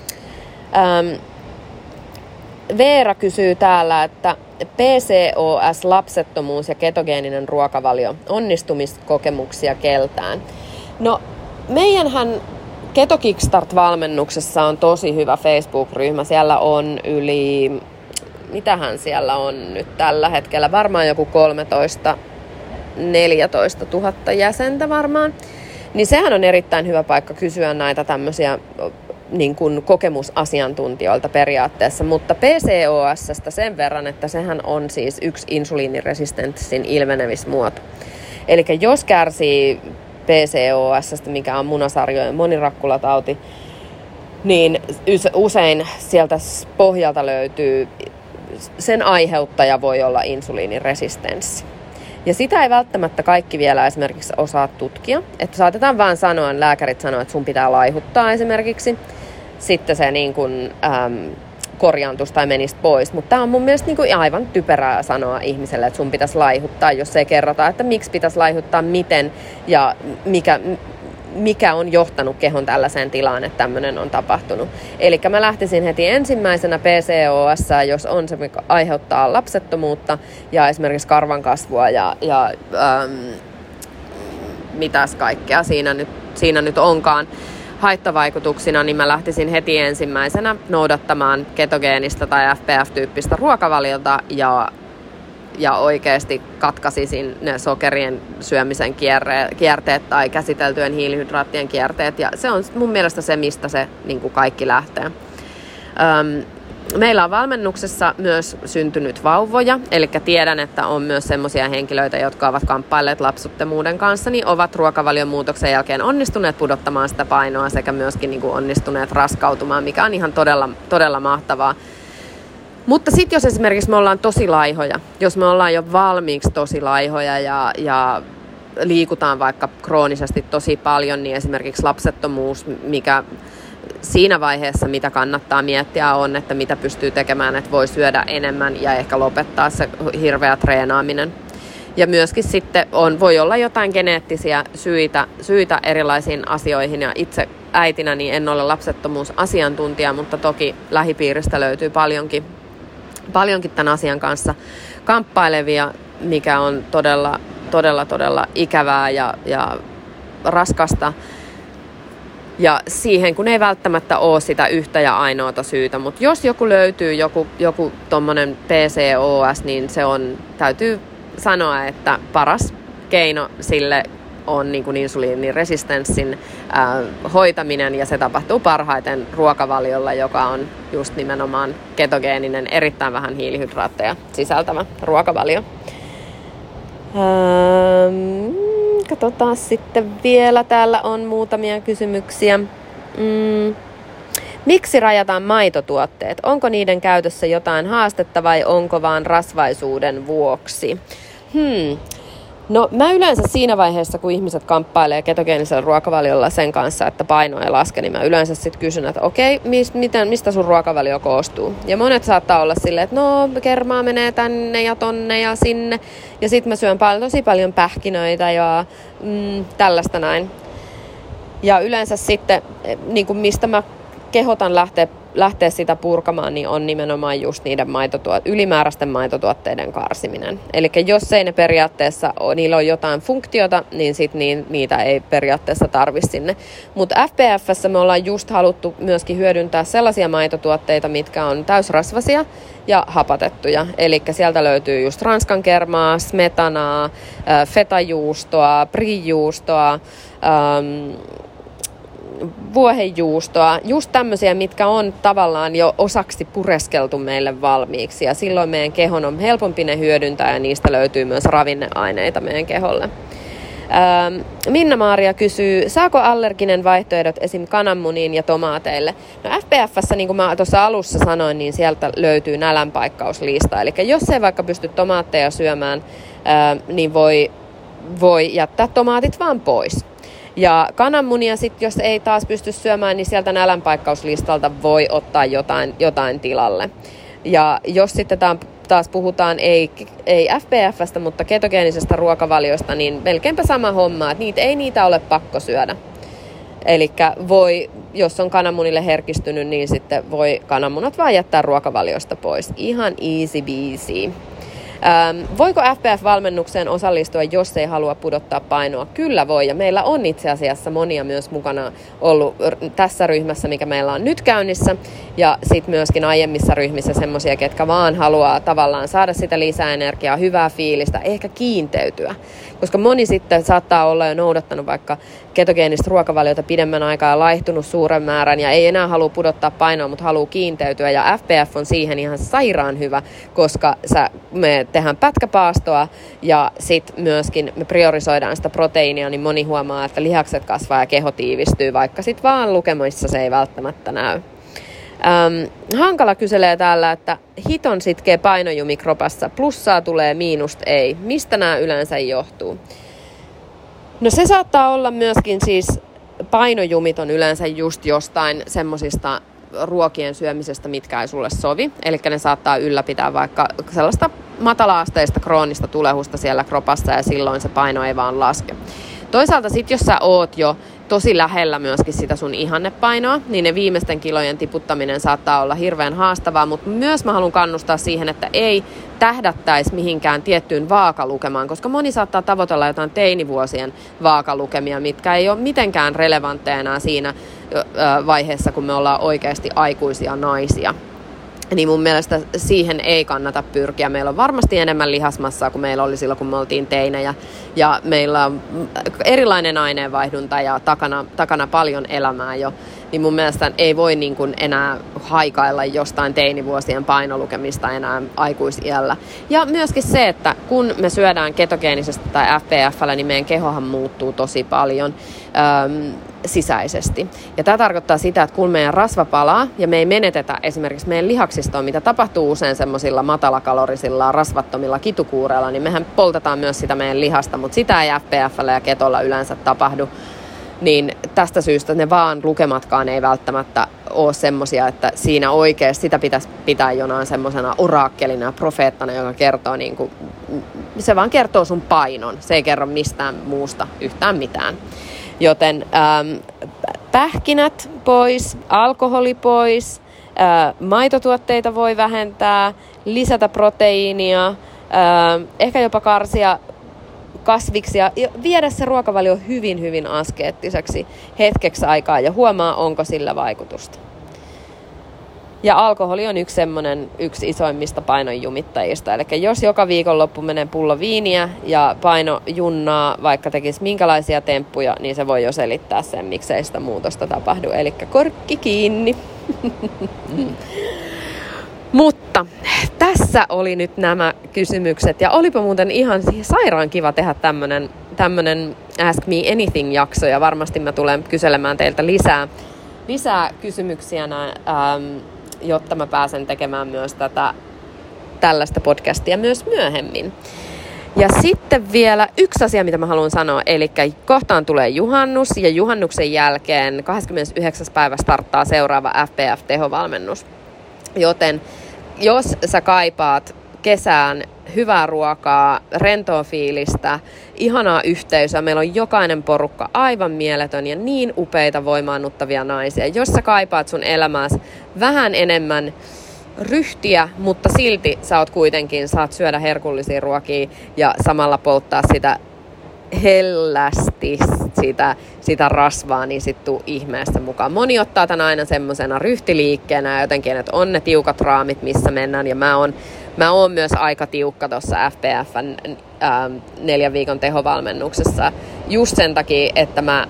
Ähm, Veera kysyy täällä, että P C O S, lapsettomuus ja ketogeeninen ruokavalio, onnistumiskokemuksia keltään. No, meidänhän Keto Kickstart-valmennuksessa on tosi hyvä Facebook-ryhmä. Siellä on yli, mitähän siellä on nyt tällä hetkellä, varmaan joku kolmetoista neljätoista tuhatta jäsentä varmaan, niin sehän on erittäin hyvä paikka kysyä näitä tämmöisiä niin kuin kokemusasiantuntijoilta periaatteessa, mutta P C O S:stä sen verran, että sehän on siis yksi insuliiniresistenssin ilmenemismuoto. Eli jos kärsii P C O S:stä, mikä on munasarjojen monirakkulatauti, niin usein sieltä pohjalta löytyy, sen aiheuttaja voi olla insuliiniresistenssi. Ja sitä ei välttämättä kaikki vielä esimerkiksi osaa tutkia. Että saatetaan vaan sanoa, lääkärit sanoo, että sun pitää laihuttaa esimerkiksi. Sitten se niin kuin, äm, korjaantus tai menisi pois. Mutta tämä on mun mielestä niin kuin aivan typerää sanoa ihmiselle, että sun pitäisi laihuttaa, jos ei kerrota, että miksi pitäisi laihuttaa, miten ja mikä, mikä on johtanut kehon tällaiseen tilaan, että tämmöinen on tapahtunut. Eli mä lähtisin heti ensimmäisenä P C O S, jos on se, mikä aiheuttaa lapsettomuutta ja esimerkiksi karvan kasvua ja, ja äm, mitäs kaikkea siinä nyt, siinä nyt onkaan haittavaikutuksina, niin mä lähtisin heti ensimmäisenä noudattamaan ketogeenistä tai F P F-tyyppistä ruokavaliota ja ja oikeasti katkaisisin ne sokerien syömisen kierre, kierteet tai käsiteltyjen hiilihydraattien kierteet. Ja se on mun mielestä se, mistä se niin kuin kaikki lähtee. Öm, meillä on valmennuksessa myös syntynyt vauvoja, eli tiedän, että on myös semmoisia henkilöitä, jotka ovat kamppailleet lapsuttomuuden kanssa, niin ovat ruokavalion muutoksen jälkeen onnistuneet pudottamaan sitä painoa sekä myöskin niin kuin onnistuneet raskautumaan, mikä on ihan todella, todella mahtavaa. Mutta sitten jos esimerkiksi me ollaan tosi laihoja, jos me ollaan jo valmiiksi tosi laihoja ja, ja liikutaan vaikka kroonisesti tosi paljon, niin esimerkiksi lapsettomuus, mikä siinä vaiheessa, mitä kannattaa miettiä, on, että mitä pystyy tekemään, että voi syödä enemmän ja ehkä lopettaa se hirveä treenaaminen. Ja myöskin sitten on, voi olla jotain geneettisiä syitä, syitä erilaisiin asioihin, ja itse äitinä niin en ole lapsettomuusasiantuntija, mutta toki lähipiiristä löytyy paljonkin, paljonkin tämän asian kanssa kamppailevia, mikä on todella, todella, todella ikävää ja, ja raskasta. Ja siihen, kun ei välttämättä ole sitä yhtä ja ainoata syytä, mutta jos joku löytyy, joku, joku tommonen P C O S, niin se on, täytyy sanoa, että paras keino sille on niin kuin insuliiniresistenssin äh, hoitaminen, ja se tapahtuu parhaiten ruokavaliolla, joka on just nimenomaan ketogeeninen, erittäin vähän hiilihydraatteja sisältävä ruokavalio. Ähm, katsotaan sitten vielä, täällä on muutamia kysymyksiä. Mm. Miksi rajataan maitotuotteet? Onko niiden käytössä jotain haastetta vai onko vaan rasvaisuuden vuoksi? Hmm. No mä yleensä siinä vaiheessa, kun ihmiset kamppailee ketogeenisellä ruokavaliolla sen kanssa, että paino ei laske, niin mä yleensä sitten kysyn, että okei, mis, miten, mistä sun ruokavalio koostuu? Ja monet saattaa olla silleen, että no kermaa menee tänne ja tonne ja sinne. Ja sit mä syön paljon, tosi paljon pähkinöitä ja mm, tällaista näin. Ja yleensä sitten, niin kuin mistä mä kehotan lähteä lähteä sitä purkamaan, niin on nimenomaan just niiden maitotuot- ylimääräisten maitotuotteiden karsiminen. Eli jos ei ne periaatteessa ole, niillä on jotain funktiota, niin sit niin, niitä ei periaatteessa tarvi sinne. Mutta F B F:ssä me ollaan just haluttu myöskin hyödyntää sellaisia maitotuotteita, mitkä on täysrasvasia ja hapatettuja. Eli sieltä löytyy just ranskankermaa, smetanaa, fetajuustoa, brie-juustoa, ähm, vuohenjuustoa, just tämmöisiä, mitkä on tavallaan jo osaksi pureskeltu meille valmiiksi, ja silloin meidän kehon on helpompi ne hyödyntää, ja niistä löytyy myös ravinneaineita meidän keholle. Ähm, Minna-Maaria kysyy, saako allerginen vaihtoehdot esim. Kananmuniin ja tomaateille? No F B F:ssä, niin kuin mä tuossa alussa sanoin, niin sieltä löytyy nälänpaikkauslista, eli jos ei vaikka pysty tomaatteja syömään, äh, niin voi, voi jättää tomaatit vaan pois. Ja kananmunia sitten, jos ei taas pysty syömään, niin sieltä nälänpaikkauslistalta voi ottaa jotain, jotain tilalle. Ja jos sitten taas puhutaan ei, ei F B F:stä, mutta ketogeenisestä ruokavaliosta, niin melkeinpä sama homma, että niitä, ei niitä ole pakko syödä. Eli voi, jos on kananmunille herkistynyt, niin sitten voi kananmunat vaan jättää ruokavaliosta pois. Ihan easy beasy. Ähm, voiko F B F-valmennukseen osallistua, jos ei halua pudottaa painoa? Kyllä voi, ja meillä on itse asiassa monia myös mukana ollut tässä ryhmässä, mikä meillä on nyt käynnissä, ja sitten myöskin aiemmissa ryhmissä semmoisia, ketkä vaan haluaa tavallaan saada sitä lisäenergiaa, hyvää fiilistä, ehkä kiinteytyä. Koska moni sitten saattaa olla jo noudattanut vaikka ketogeenistä ruokavaliota pidemmän aikaa ja laihtunut suuren määrän ja ei enää halua pudottaa painoa, mutta haluaa kiinteytyä. Ja F B F on siihen ihan sairaan hyvä, koska sä, me tehdään pätkäpaastoa ja sitten myöskin me priorisoidaan sitä proteiinia, niin moni huomaa, että lihakset kasvaa ja keho tiivistyy, vaikka sitten vaan lukemissa se ei välttämättä näy. Ähm, Hankala kyselee täällä, että hiton sitkeä painojumi kropassa, plussaa tulee, miinusta ei. Mistä nämä yleensä johtuu? No se saattaa olla myöskin siis, painojumit on yleensä just jostain semmosista ruokien syömisestä, mitkä ei sulle sovi. Eli ne saattaa ylläpitää vaikka sellaista matala-asteista kroonista tulehusta siellä kropassa ja silloin se paino ei vaan laske. Toisaalta sit jos sä oot jo tosi lähellä myöskin sitä sun ihannepainoa, niin ne viimeisten kilojen tiputtaminen saattaa olla hirveän haastavaa, mutta myös mä haluan kannustaa siihen, että ei tähdättäisi mihinkään tiettyyn vaakalukemaan, koska moni saattaa tavoitella jotain teinivuosien vaakalukemia, mitkä ei ole mitenkään relevantteja enää siinä vaiheessa, kun me ollaan oikeasti aikuisia naisia. Niin mun mielestä siihen ei kannata pyrkiä. Meillä on varmasti enemmän lihasmassaa kuin meillä oli silloin, kun me oltiin teinejä. Ja meillä on erilainen aineenvaihdunta ja takana, takana paljon elämää jo. Niin mun mielestä ei voi niin kuin enää haikailla jostain teinivuosien painolukemista enää aikuisiällä. Ja myöskin se, että kun me syödään ketogeenisesti tai F B F:llä, niin meidän kehohan muuttuu tosi paljon öm, sisäisesti. Ja tämä tarkoittaa sitä, että kun meidän rasva palaa ja me ei menetetä esimerkiksi meidän lihaksistoa, mitä tapahtuu usein semmoisilla matalakalorisilla, rasvattomilla kitukuureilla, niin mehän poltetaan myös sitä meidän lihasta, mutta sitä ei F B F:llä ja ketolla yleensä tapahdu. Niin tästä syystä ne vaan lukematkaan ei välttämättä ole semmoisia, että siinä oikeasti sitä pitäisi pitää jonain semmoisena oraakkelina ja profeettana, joka kertoo niin kuin, se vaan kertoo sun painon. Se ei kerro mistään muusta yhtään mitään. Joten ähm, pähkinät pois, alkoholi pois, äh, maitotuotteita voi vähentää, lisätä proteiinia, äh, ehkä jopa karsia kasviksia ja viedä se ruokavalio hyvin, hyvin askeettiseksi hetkeksi aikaa ja huomaa, onko sillä vaikutusta. Ja alkoholi on yksi semmoinen yksi isoimmista painonjumittajista. Eli jos joka viikonloppu menee pullo viiniä ja paino junnaa, vaikka tekisi minkälaisia temppuja, niin se voi jo selittää sen, miksei sitä muutosta tapahdu. Eli korkki kiinni. Mutta tässä oli nyt nämä kysymykset. Ja olipa muuten ihan sairaan kiva tehdä tämmönen, tämmönen Ask Me Anything-jakso. Ja varmasti mä tulen kyselemään teiltä lisää, lisää kysymyksiä, ähm, jotta mä pääsen tekemään myös tätä, tällaista podcastia myös myöhemmin. Ja sitten vielä yksi asia, mitä mä haluan sanoa, eli kohtaan tulee juhannus, ja juhannuksen jälkeen kahdeskymmenesyhdeksäs päivä starttaa seuraava F B F-tehovalmennus. Joten jos sä kaipaat kesään hyvää ruokaa, rentoa fiilistä, ihanaa yhteisöä. Meillä on jokainen porukka aivan mieletön ja niin upeita voimaannuttavia naisia. Jos sä kaipaat sun elämääsi vähän enemmän ryhtiä, mutta silti sä oot kuitenkin, saat syödä herkullisia ruokia ja samalla polttaa sitä hellästi sitä, sitä rasvaa, niin sit tuu ihmeessä mukaan. Moni ottaa tän aina semmosena ryhtiliikkeenä jotenkin, että on ne tiukat raamit, missä mennään. Ja mä oon, mä oon myös aika tiukka tuossa F P F:n ähm, neljän viikon tehovalmennuksessa. Just sen takia, että mä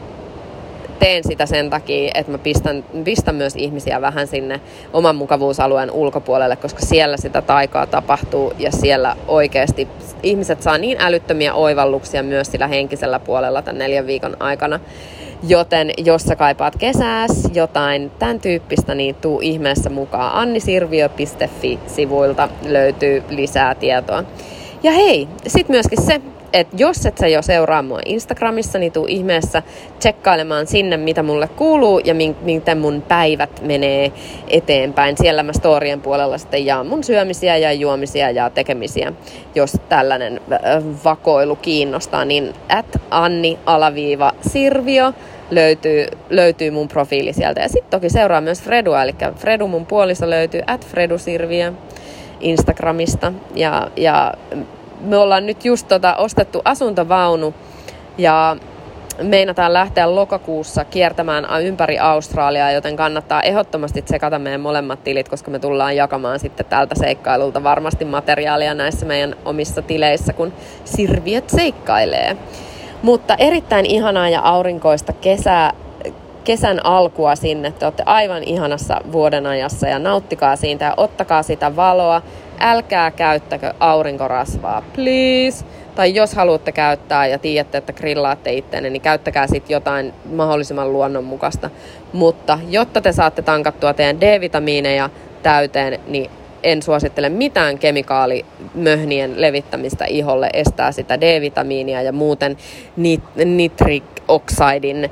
teen sitä sen takia, että mä pistän, pistän myös ihmisiä vähän sinne oman mukavuusalueen ulkopuolelle, koska siellä sitä taikaa tapahtuu ja siellä oikeasti ihmiset saa niin älyttömiä oivalluksia myös sillä henkisellä puolella tämän neljän viikon aikana. Joten jos sä kaipaat kesääs jotain tämän tyyppistä, niin tuu ihmeessä mukaan. annisirviö piste fi-sivuilta löytyy lisää tietoa. Ja hei, sit myöskin se, että jos et sä jo seuraa mua Instagramissa, niin tuu ihmeessä tsekkailemaan sinne, mitä mulle kuuluu ja miten mun päivät menee eteenpäin. Siellä mä storien puolella sitten jaan mun syömisiä ja juomisia ja tekemisiä. Jos tällainen vakoilu kiinnostaa, niin at Anni alaviiva Sirvio löytyy, löytyy mun profiili sieltä. Ja sitten toki seuraa myös Fredua, eli Fredu mun puoliso löytyy at Fredu Sirviö Instagramista. Ja, ja me ollaan nyt just tota ostettu asuntovaunu ja meinataan lähteä lokakuussa kiertämään ympäri Australiaa, joten kannattaa ehdottomasti tsekata meidän molemmat tilit, koska me tullaan jakamaan sitten tältä seikkailulta varmasti materiaalia näissä meidän omissa tileissä, kun Sirviöt seikkailee. Mutta erittäin ihanaa ja aurinkoista kesää, kesän alkua sinne. Te olette aivan ihanassa vuodenajassa ja nauttikaa siitä ja ottakaa sitä valoa. Älkää käyttäkö aurinkorasvaa, please. Tai jos haluatte käyttää ja tiedätte, että grillaatte itteenne, niin käyttäkää sitten jotain mahdollisimman luonnonmukaista. Mutta jotta te saatte tankattua teidän D-vitamiineja täyteen, niin en suosittele mitään kemikaalimöhnien levittämistä iholle, estää sitä D-vitamiinia ja muuten nit- nitric oxidin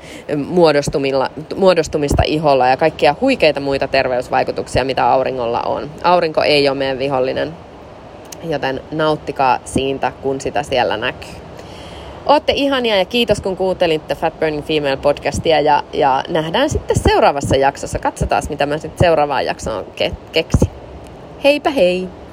muodostumista iholla ja kaikkia huikeita muita terveysvaikutuksia, mitä auringolla on. Aurinko ei ole meidän vihollinen, joten nauttikaa siitä, kun sitä siellä näkyy. Ootte ihania ja kiitos, kun kuuntelitte Fat Burning Female podcastia ja, ja nähdään sitten seuraavassa jaksossa. Katsotaan, mitä mä sitten seuraavaan jaksoon ke- keksin. Heipä hei!